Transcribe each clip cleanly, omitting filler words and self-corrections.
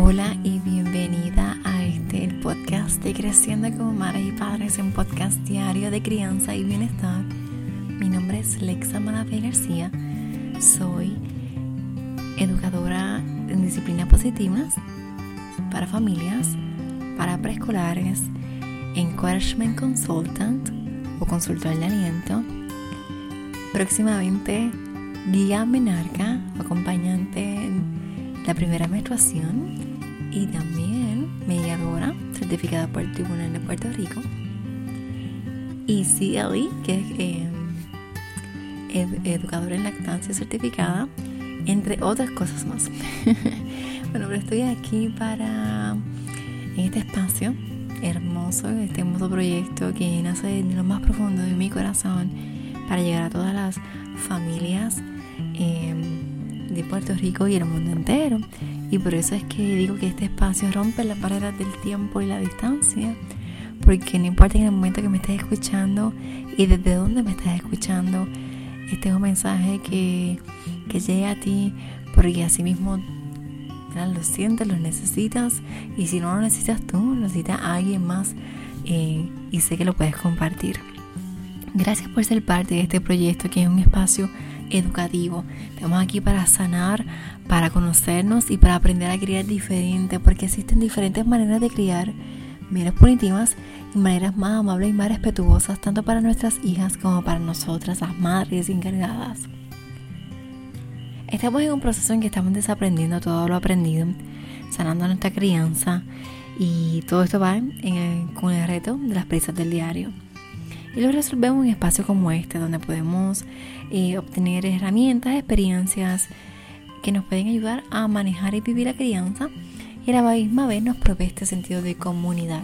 Hola y bienvenida a el podcast de Creciendo como Madres y Padres, un podcast diario de crianza y bienestar. Mi nombre es Lexa Malavé García, soy educadora en disciplinas positivas para familias, para preescolares, encouragement consultant o consultor de aliento, próximamente guía menarca, acompañante en la primera menstruación y también mediadora certificada por el Tribunal de Puerto Rico y CLE, que es educadora en lactancia certificada, entre otras cosas más. Bueno, pero estoy aquí en este espacio hermoso, este hermoso proyecto que nace de lo más profundo de mi corazón para llegar a todas las familias de Puerto Rico y el mundo entero. Y por eso es que digo que este espacio rompe las barreras del tiempo y la distancia, porque no importa en el momento que me estés escuchando y desde dónde me estás escuchando, este es un mensaje que llegue a ti, porque así mismo lo sientes, lo necesitas, y si no lo necesitas tú, lo necesitas a alguien más, y sé que lo puedes compartir. Gracias por ser parte de este proyecto, que es un espacio educativo. Estamos aquí para sanar, para conocernos y para aprender a criar diferente, porque existen diferentes maneras de criar, maneras punitivas y maneras más amables y más respetuosas, tanto para nuestras hijas como para nosotras, las madres encargadas. Estamos en un proceso en que estamos desaprendiendo todo lo aprendido, sanando nuestra crianza, y todo esto va con el reto de las prisas del diario. Y lo resolvemos en un espacio como este, donde podemos obtener herramientas, experiencias que nos pueden ayudar a manejar y vivir la crianza, y a la misma vez nos provee este sentido de comunidad.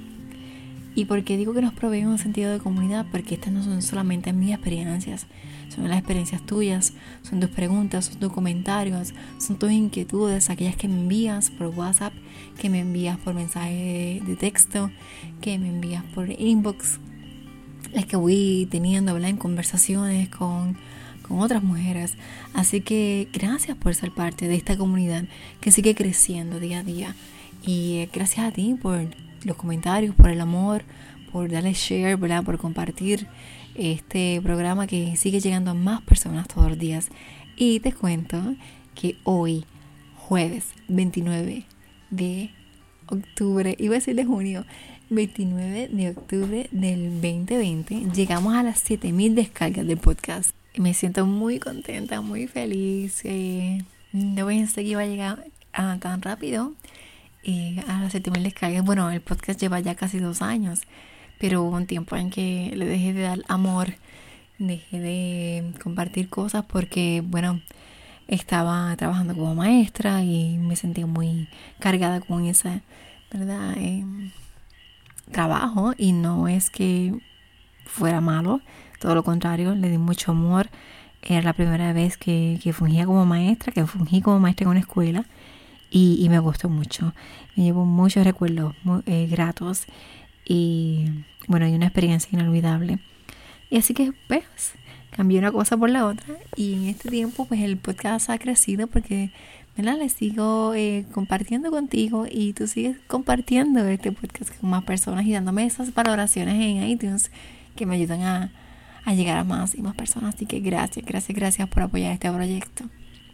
¿Y por qué digo que nos provee un sentido de comunidad? Porque estas no son solamente mis experiencias, son las experiencias tuyas, son tus preguntas, son tus comentarios, son tus inquietudes, aquellas que me envías por WhatsApp, que me envías por mensaje de texto, que me envías por inbox, las que voy teniendo, ¿verdad?, en conversaciones con otras mujeres. Así que gracias por ser parte de esta comunidad que sigue creciendo día a día. Y gracias a ti por los comentarios, por el amor, por darle share, ¿verdad?, por compartir este programa que sigue llegando a más personas todos los días. Y te cuento que hoy, jueves 29 de octubre, iba a decir de junio, 29 de octubre del 2020, llegamos a las 7,000 descargas del podcast. Me siento muy contenta, muy feliz. No pensé que iba a llegar tan rápido a las 7,000 descargas. Bueno, el podcast lleva ya casi 2 años, pero hubo un tiempo en que le dejé de dar amor, dejé de compartir cosas porque, bueno, estaba trabajando como maestra y me sentía muy cargada con esa, ¿verdad?, trabajo. Y no es que fuera malo, todo lo contrario, le di mucho amor. Era la primera vez que fungía como maestra, que fungí como maestra en una escuela, y me gustó mucho. Me llevo muchos recuerdos gratos y bueno, y una experiencia inolvidable. Y así que pues cambié una cosa por la otra, y en este tiempo pues el podcast ha crecido porque, ¿verdad?, le sigo compartiendo contigo, y tú sigues compartiendo este podcast con más personas y dándome esas valoraciones en iTunes que me ayudan a llegar a más y más personas. Así que gracias por apoyar este proyecto.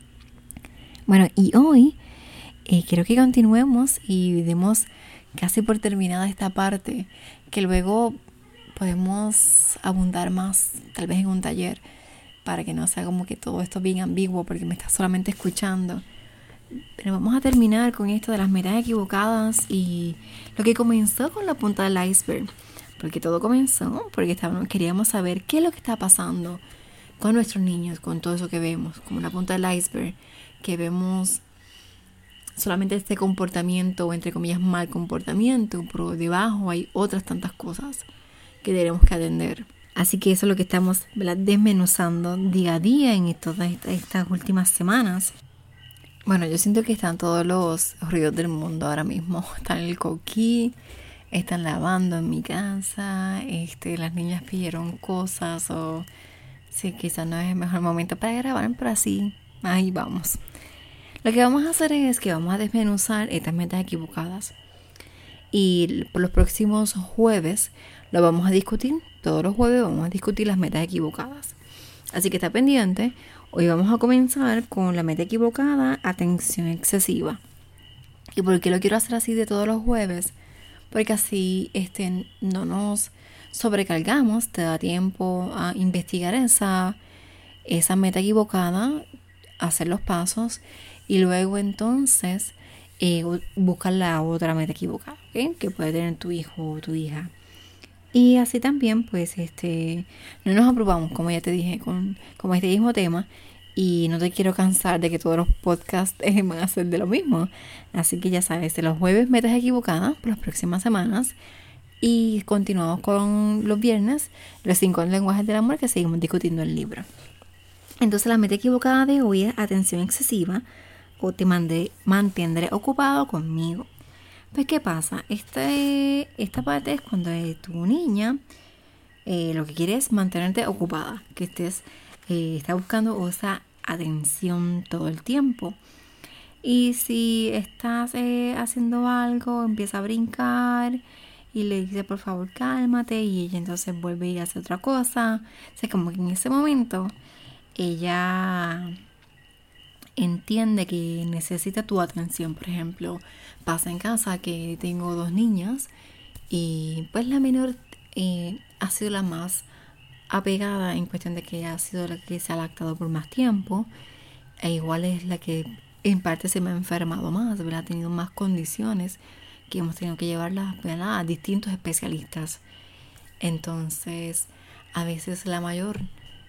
Bueno, y hoy quiero que continuemos y demos casi por terminada esta parte, que luego podemos abundar más, tal vez en un taller, para que no sea como que todo esto bien ambiguo porque me estás solamente escuchando. Pero vamos a terminar con esto de las miradas equivocadas y lo que comenzó con la punta del iceberg. Porque todo comenzó porque queríamos saber qué es lo que está pasando con nuestros niños, con todo eso que vemos, como la punta del iceberg, que vemos solamente este comportamiento, o entre comillas mal comportamiento, pero debajo hay otras tantas cosas que tenemos que atender. Así que eso es lo que estamos, ¿verdad?, desmenuzando día a día en todas estas últimas semanas. Bueno, yo siento que están todos los ruidos del mundo ahora mismo. Están el coquí, están lavando en mi casa, las niñas pidieron cosas, o sí, quizás no es el mejor momento para grabar, pero así, ahí vamos. Lo que vamos a hacer es que vamos a desmenuzar estas metas equivocadas. Y por los próximos jueves lo vamos a discutir. Todos los jueves vamos a discutir las metas equivocadas. Así que está pendiente. Hoy vamos a comenzar con la meta equivocada, atención excesiva. ¿Y por qué lo quiero hacer así de todos los jueves? Porque así no nos sobrecargamos, te da tiempo a investigar esa meta equivocada, hacer los pasos y luego entonces buscar la otra meta equivocada, ¿okay? Que puede tener tu hijo o tu hija. Y así también pues no nos aprobamos, como ya te dije, con este mismo tema. Y no te quiero cansar de que todos los podcasts van a ser de lo mismo. Así que ya sabes, de los jueves metas equivocadas por las próximas semanas. Y continuamos con los viernes, los 5 lenguajes del amor, que seguimos discutiendo el libro. Entonces la meta equivocada de hoy es atención excesiva o te mantendré ocupado conmigo. Pues ¿qué pasa? Esta parte es cuando tu niña lo que quiere es mantenerte ocupada, que está buscando esa atención todo el tiempo. Y si estás haciendo algo, empieza a brincar y le dice por favor cálmate y ella entonces vuelve y hace otra cosa. O sea, como que en ese momento ella entiende que necesita tu atención. Por ejemplo, pasa en casa que tengo 2 niñas y pues la menor ha sido la más apegada en cuestión de que ha sido la que se ha lactado por más tiempo, e igual es la que en parte se me ha enfermado más, ¿verdad? Ha tenido más condiciones que hemos tenido que llevarla, ¿verdad?, a distintos especialistas. Entonces a veces la mayor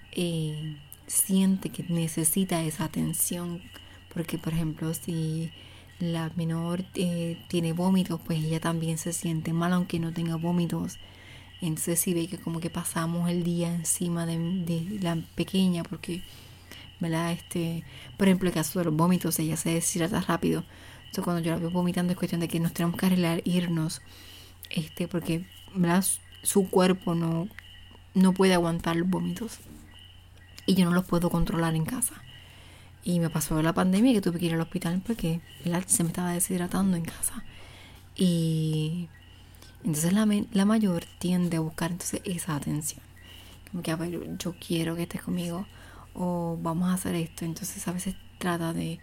siente que necesita esa atención, porque por ejemplo si la menor tiene vómitos, pues ella también se siente mal aunque no tenga vómitos. Entonces si ve que como que pasamos el día encima de la pequeña, porque, ¿verdad? Por ejemplo, el caso de los vómitos, ella se deshidrata rápido. Entonces cuando yo la veo vomitando es cuestión de que nos tenemos que arreglar, irnos, porque, ¿verdad?, su cuerpo no puede aguantar los vómitos y yo no los puedo controlar en casa. Y me pasó la pandemia que tuve que ir al hospital porque, ¿verdad?, se me estaba deshidratando en casa. Y entonces la mayor tiende a buscar entonces esa atención, como que a ver, yo quiero que estés conmigo o vamos a hacer esto. Entonces a veces trata de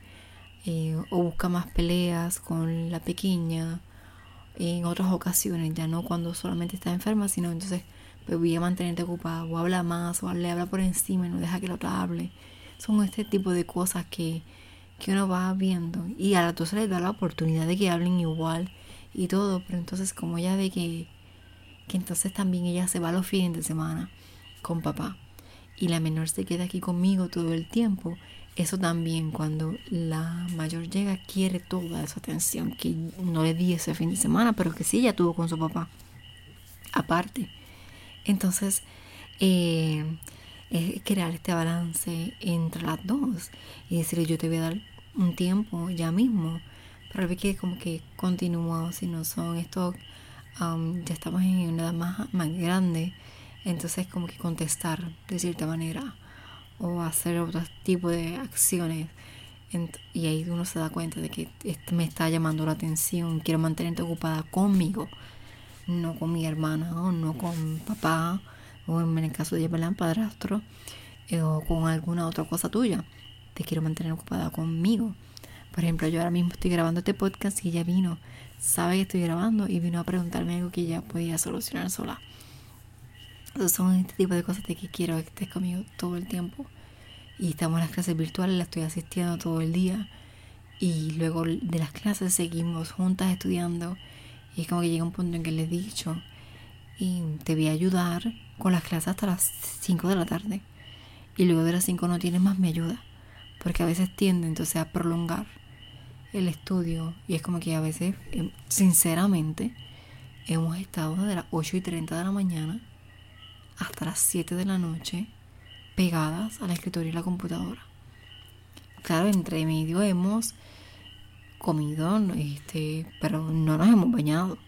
o busca más peleas con la pequeña en otras ocasiones, ya no cuando solamente está enferma, sino entonces pues voy a mantenerte ocupada, o habla más, o le habla por encima y no deja que la otra hable. Son este tipo de cosas que uno va viendo y a las dos se les da la oportunidad de que hablen igual y todo, pero entonces como ella ve que entonces también ella se va a los fines de semana con papá y la menor se queda aquí conmigo todo el tiempo, eso también cuando la mayor llega quiere toda esa atención que no le di ese fin de semana, pero que sí ella tuvo con su papá aparte. Entonces es crear este balance entre las dos y decirle yo te voy a dar un tiempo ya mismo, pero ve que como que continúa, si no son estos ya estamos en una edad más grande, entonces como que contestar de cierta manera o hacer otro tipo de acciones, y ahí uno se da cuenta de que me está llamando la atención, quiero mantenerte ocupada conmigo, no con mi hermana o no con papá o en el caso de llevarla padrastro o con alguna otra cosa tuya. Te quiero mantener ocupada conmigo. Por ejemplo, yo ahora mismo estoy grabando este podcast y ella vino, sabe que estoy grabando y vino a preguntarme algo que ella podía solucionar sola. Entonces son este tipo de cosas de que quiero que estés conmigo todo el tiempo. Y estamos en las clases virtuales, las estoy asistiendo todo el día y luego de las clases seguimos juntas estudiando. Y es como que llega un punto en que le he dicho y te voy a ayudar con las clases hasta las 5 de la tarde y luego de las 5 no tienes más mi ayuda, porque a veces tiende entonces a prolongar el estudio y es como que a veces sinceramente hemos estado de las 8:30 de la mañana hasta las 7 de la noche pegadas al escritorio y la computadora. Claro, entre medio hemos comido, pero no nos hemos bañado.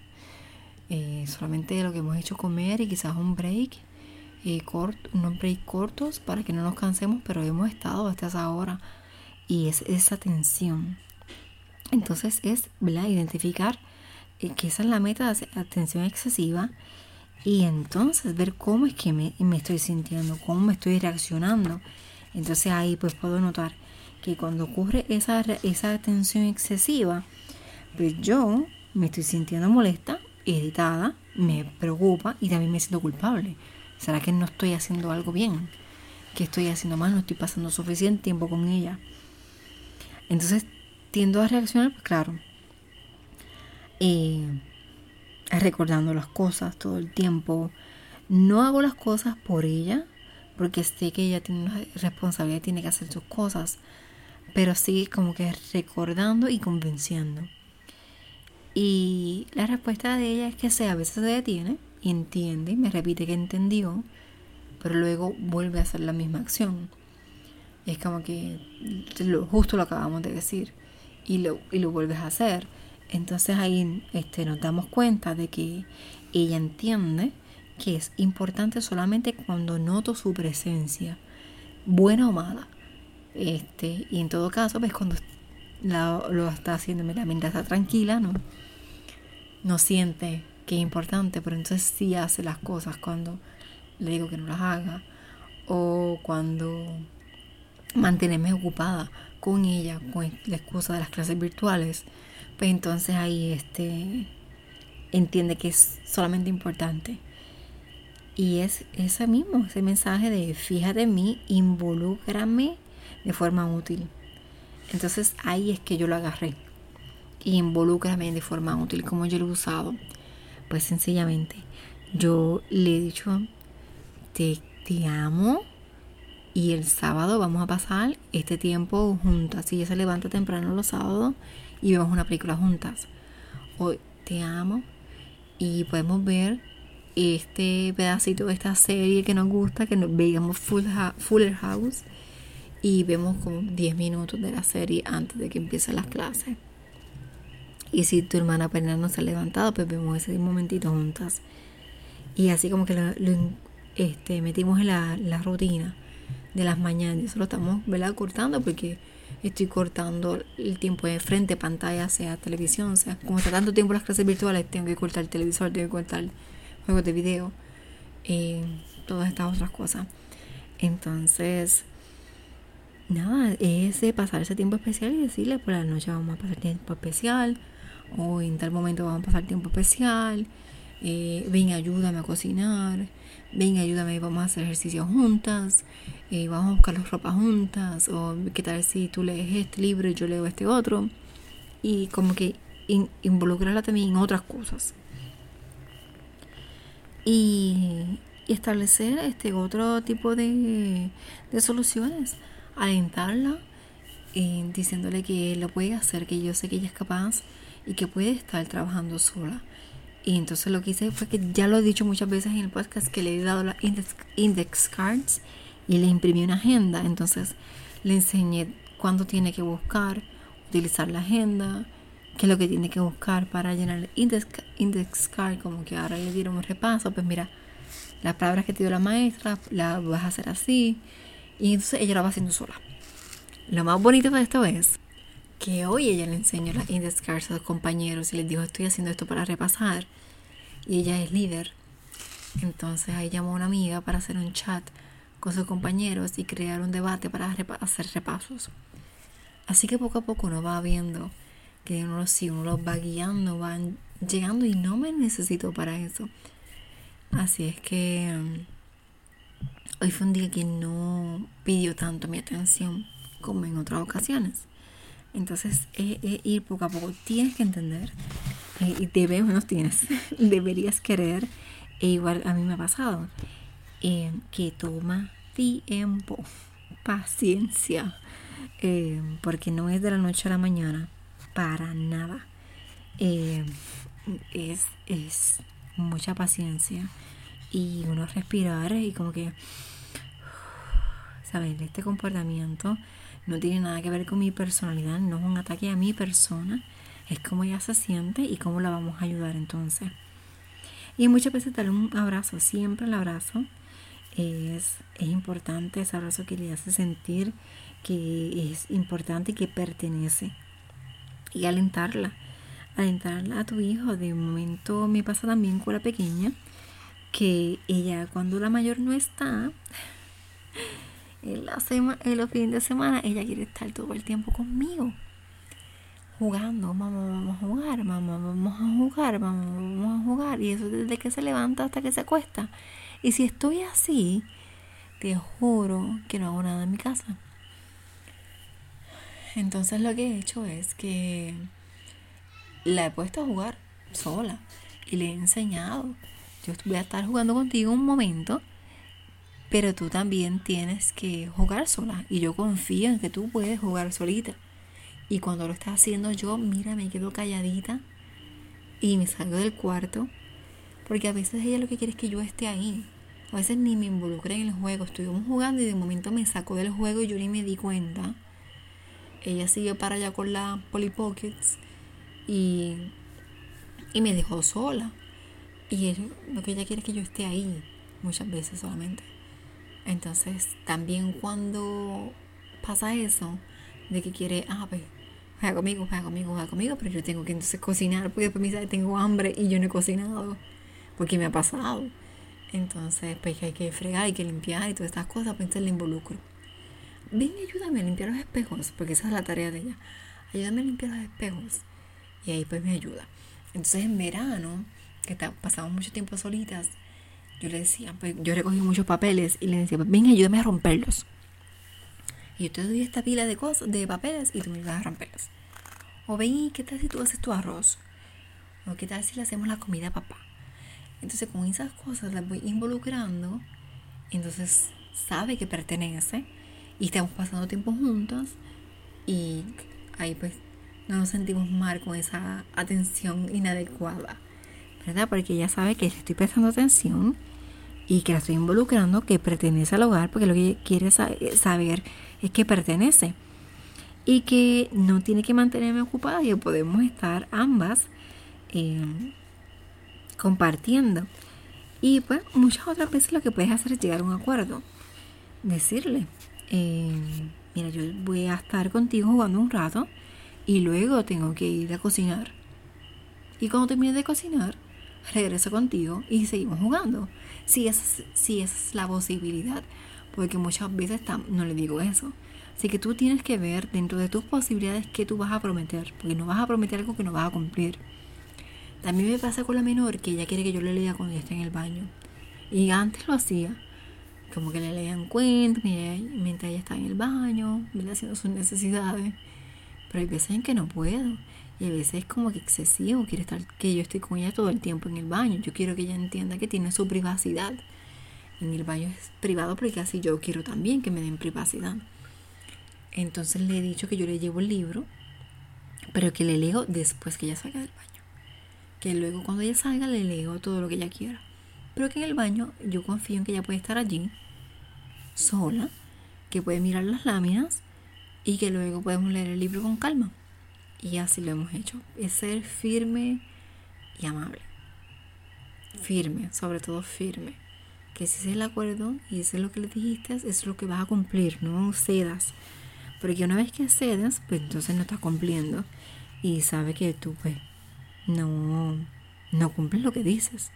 Solamente lo que hemos hecho comer y quizás un break, unos breaks cortos para que no nos cansemos, pero hemos estado hasta esa hora y es esa tensión. Entonces es, ¿verdad?, identificar que esa es la meta de atención excesiva y entonces ver cómo es que me estoy sintiendo, cómo me estoy reaccionando. Entonces ahí pues puedo notar que cuando ocurre esa tensión excesiva, pues yo me estoy sintiendo molesta, irritada, me preocupa y también me siento culpable. ¿Será que no estoy haciendo algo bien? ¿Qué estoy haciendo mal? No estoy pasando suficiente tiempo con ella. Entonces tiendo a reaccionar, pues claro, recordando las cosas todo el tiempo. No hago las cosas por ella, porque sé que ella tiene una responsabilidad y tiene que hacer sus cosas, pero sí como que recordando y convenciendo. Y la respuesta de ella es que a veces se detiene y entiende, me repite que entendió, pero luego vuelve a hacer la misma acción. Es como que justo lo acabamos de decir y lo vuelves a hacer. Entonces ahí nos damos cuenta de que ella entiende que es importante solamente cuando noto su presencia, buena o mala. Y en todo caso, pues cuando lo está haciendo, mientras está tranquila, no siente que es importante, pero entonces sí hace las cosas cuando le digo que no las haga, o cuando mantenerme ocupada con ella con la excusa de las clases virtuales, pues entonces ahí entiende que es solamente importante. Y es ese mensaje de fíjate en mí, involúcrame de forma útil. Entonces ahí es que yo lo agarré. Y involúcrame de forma útil, como yo lo he usado. Pues sencillamente yo le he dicho te amo y el sábado vamos a pasar este tiempo juntas. Y ella se levanta temprano los sábados y vemos una película juntas. Hoy te amo y podemos ver este pedacito de esta serie que nos gusta, que nos veíamos Fuller House, y vemos como 10 minutos de la serie antes de que empiecen las clases. Y si tu hermana apenas no se ha levantado, pues vemos ese momentito juntas. Y así como que lo metimos en la rutina de las mañanas. Y eso lo estamos, ¿verdad?, cortando, porque estoy cortando el tiempo de frente, pantalla, sea televisión, sea como está tanto tiempo las clases virtuales, tengo que cortar el televisor, tengo que cortar juegos de video, todas estas otras cosas. Entonces, nada, es de pasar ese tiempo especial y decirle, por la noche vamos a pasar tiempo especial, o en tal momento vamos a pasar tiempo especial, ven, ayúdame a cocinar, ven, ayúdame, vamos a hacer ejercicio juntas, vamos a buscar las ropas juntas, o qué tal si tú lees este libro y yo leo este otro, y como que involucrarla también en otras cosas. Y establecer otro tipo de soluciones, alentarla, diciéndole que lo puede hacer, que yo sé que ella es capaz y que puede estar trabajando sola. Y entonces lo que hice fue que, ya lo he dicho muchas veces en el podcast, que le he dado las index cards y le imprimí una agenda. Entonces le enseñé cuándo tiene que buscar, utilizar la agenda, qué es lo que tiene que buscar para llenar el index card. Como que ahora le dieron un repaso, pues mira, las palabras que te dio la maestra las vas a hacer así, y entonces ella lo va haciendo sola. Lo más bonito de esto es que hoy ella le enseñó las index cards a sus compañeros y les dijo, estoy haciendo esto para repasar, y ella es líder. Entonces ahí llamó a una amiga para hacer un chat con sus compañeros y crear un debate para hacer repasos. Así que poco a poco uno va viendo que uno los va guiando, van llegando, y no me necesito para eso. Así es que hoy fue un día que no pidió tanto mi atención como en otras ocasiones. Entonces es ir poco a poco. Tienes que entender, y deberías querer, e igual a mí me ha pasado, que toma tiempo, paciencia, porque no es de la noche a la mañana, para nada. Es mucha paciencia y uno respirar y como que, ¿sabes? Este comportamiento no tiene nada que ver con mi personalidad, no es un ataque a mi persona, es cómo ella se siente y cómo la vamos a ayudar entonces. Y muchas veces darle un abrazo, siempre el abrazo es importante, ese abrazo que le hace sentir que es importante y que pertenece. Y alentarla a tu hijo. De momento me pasa también con la pequeña, que ella cuando la mayor no está, en los fines de semana, ella quiere estar todo el tiempo conmigo, jugando. Mamá, vamos a jugar, mamá, vamos a jugar, mamá, vamos a jugar. Y eso desde que se levanta hasta que se acuesta. Y si estoy así, te juro que no hago nada en mi casa. Entonces lo que he hecho es que la he puesto a jugar sola y le he enseñado: yo voy a estar jugando contigo un momento, pero tú también tienes que jugar sola, y yo confío en que tú puedes jugar solita. Y cuando lo estás haciendo, yo, mira, me quedo calladita y me salgo del cuarto, porque a veces ella lo que quiere es que yo esté ahí. A veces ni me involucré en el juego, estuvimos jugando y de momento me sacó del juego y yo ni me di cuenta. Ella siguió para allá con la Polly Pockets y me dejó sola. Y eso, lo que ella quiere es que yo esté ahí, muchas veces solamente. Entonces también cuando pasa eso, de que quiere, pues juega conmigo, pero yo tengo que entonces cocinar, porque después me dice, tengo hambre y yo no he cocinado, porque me ha pasado. Entonces pues hay que fregar, hay que limpiar y todas estas cosas, pues entonces le involucro. Ven, ayúdame a limpiar los espejos, porque esa es la tarea de ella. Ayúdame a limpiar los espejos. Y ahí pues me ayuda. Entonces en verano, que pasamos mucho tiempo solitas, yo le decía, pues yo recogí muchos papeles y le decía, pues ven, ayúdame a romperlos. Y yo te doy esta pila de cosas, de papeles, y tú me vas a romperlos. O ven, ¿qué tal si tú haces tu arroz? O ¿qué tal si le hacemos la comida a papá? Entonces con esas cosas las voy involucrando. Entonces sabe que pertenece y estamos pasando tiempo juntos, y ahí pues no nos sentimos mal con esa atención inadecuada, ¿verdad? Porque ella sabe que le estoy prestando atención y que la estoy involucrando, que pertenece al hogar, porque lo que quiere saber es que pertenece y que no tiene que mantenerme ocupada, y que podemos estar ambas compartiendo. Y pues muchas otras veces lo que puedes hacer es llegar a un acuerdo, decirle, mira, yo voy a estar contigo jugando un rato y luego tengo que ir a cocinar, y cuando termine de cocinar regreso contigo y seguimos jugando. Si esa es la posibilidad, porque muchas veces no le digo eso. Así que tú tienes que ver dentro de tus posibilidades qué tú vas a prometer, porque no vas a prometer algo que no vas a cumplir. También me pasa con la menor, que ella quiere que yo le lea cuando ella está en el baño, y antes lo hacía, como que le leían cuentos mientras ella está en el baño, haciendo sus necesidades. Pero hay veces en que no puedo, y a veces es como que excesivo, quiere estar, que yo estoy con ella todo el tiempo en el baño. Yo quiero que ella entienda que tiene su privacidad. En el baño es privado, porque así yo quiero también que me den privacidad. Entonces le he dicho que yo le llevo el libro, pero que le leo después que ella salga del baño. Que luego cuando ella salga le leo todo lo que ella quiera. Pero que en el baño yo confío en que ella puede estar allí, sola, que puede mirar las láminas, y que luego podemos leer el libro con calma. Y así lo hemos hecho. Es ser firme y amable. Firme, sobre todo firme. Que si es el acuerdo y eso es lo que le dijiste, eso es lo que vas a cumplir. No cedas. Porque una vez que cedas, pues entonces no estás cumpliendo. Y sabe que tú pues no cumples lo que dices.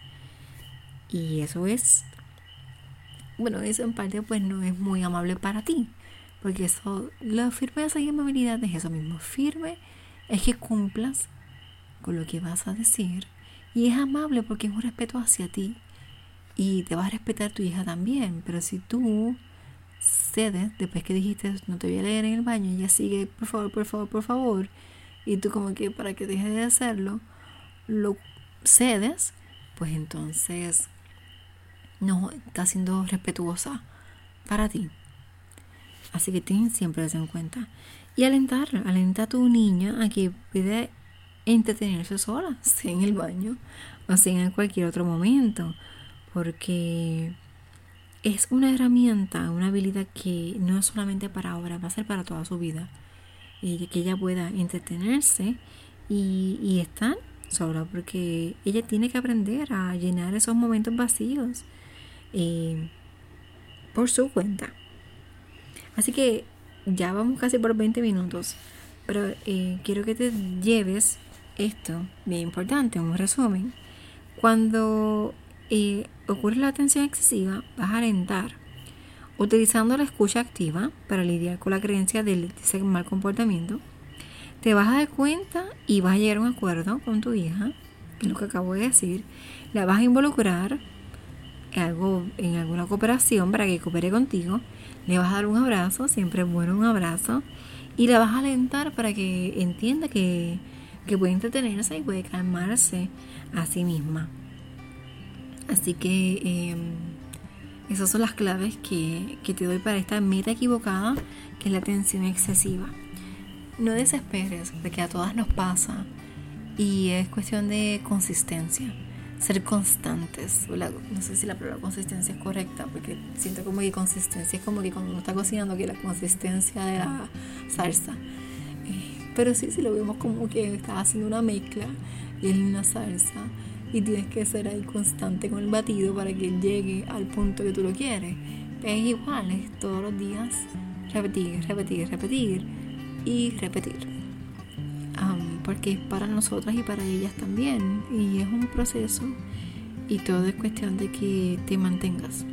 Y eso es, bueno, eso en parte pues no es muy amable para ti. Porque eso, la firmeza y amabilidad es eso mismo. Firme es que cumplas con lo que vas a decir, y es amable porque es un respeto hacia ti, y te va a respetar tu hija también. Pero si tú cedes después que dijiste no te voy a leer en el baño, y ella sigue por favor, y tú como que para que deje de hacerlo lo cedes, pues entonces no estás siendo respetuosa para ti. Así que ten siempre eso en cuenta. Y alenta a tu niña a que pueda entretenerse sola, sea en el baño o sea en cualquier otro momento, porque es una herramienta, una habilidad que no es solamente para ahora, va a ser para toda su vida, y que ella pueda entretenerse y estar sola, porque ella tiene que aprender a llenar esos momentos vacíos por su cuenta. Así que ya vamos casi por 20 minutos, pero quiero que te lleves esto, bien importante, un resumen. Cuando ocurre la atención excesiva, vas a alentar, utilizando la escucha activa para lidiar con la creencia de ese mal comportamiento. Te vas a dar cuenta y vas a llegar a un acuerdo con tu hija, en lo que acabo de decir. La vas a involucrar en alguna cooperación para que coopere contigo. Le vas a dar un abrazo, siempre es bueno un abrazo, y la vas a alentar para que entienda que puede entretenerse y puede calmarse a sí misma. Así que esas son las claves que te doy para esta meta equivocada, que es la atención excesiva. No desesperes, porque a todas nos pasa y es cuestión de consistencia, ser constantes. No sé si la palabra consistencia es correcta, porque siento como que consistencia es como que cuando uno está cocinando, que la consistencia de la salsa. Pero sí, si lo vemos como que estás haciendo una mezcla y es una salsa y tienes que ser ahí constante con el batido para que llegue al punto que tú lo quieres. Es igual, es todos los días repetir y repetir, porque es para nosotras y para ellas también, y es un proceso y todo es cuestión de que te mantengas.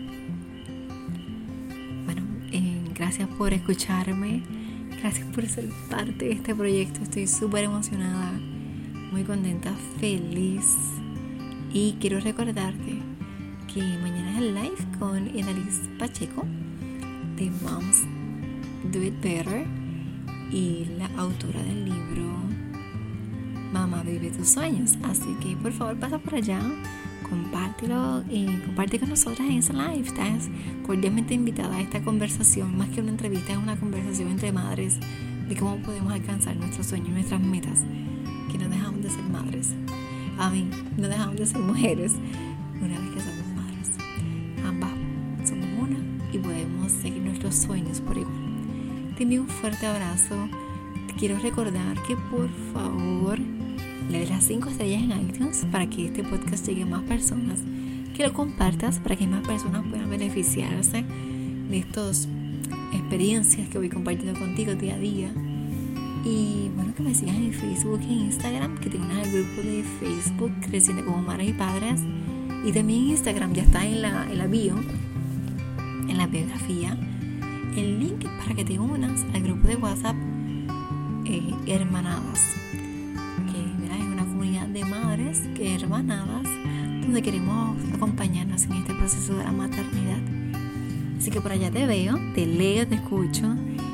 Bueno, gracias por escucharme, gracias por ser parte de este proyecto. Estoy súper emocionada, muy contenta, feliz, y quiero recordarte que mañana es el live con Edalis Pacheco de Moms Do It Better y la autora del libro Mamá Vive Tus Sueños. Así que por favor pasa por allá, compártelo y comparte con nosotras en ese live. Estás cordialmente invitada a esta conversación. Más que una entrevista, es una conversación entre madres de cómo podemos alcanzar nuestros sueños, nuestras metas, que no dejamos de ser madres. No dejamos de ser mujeres una vez que somos madres. Ambas somos una y podemos seguir nuestros sueños por igual. Te envío un fuerte abrazo. Te quiero recordar que por favor le des las 5 estrellas en iTunes para que este podcast llegue a más personas, que lo compartas para que más personas puedan beneficiarse de estas experiencias que voy compartiendo contigo día a día. Y bueno, que me sigas en Facebook e Instagram, que te unas al grupo de Facebook Creciendo como Madres y Padres, y también Instagram ya está en la bio, en la biografía, el link para que te unas al grupo de WhatsApp Hermanadas, que es una comunidad de madres que hermanadas, donde queremos acompañarnos en este proceso de la maternidad. Así que por allá te veo, te leo, te escucho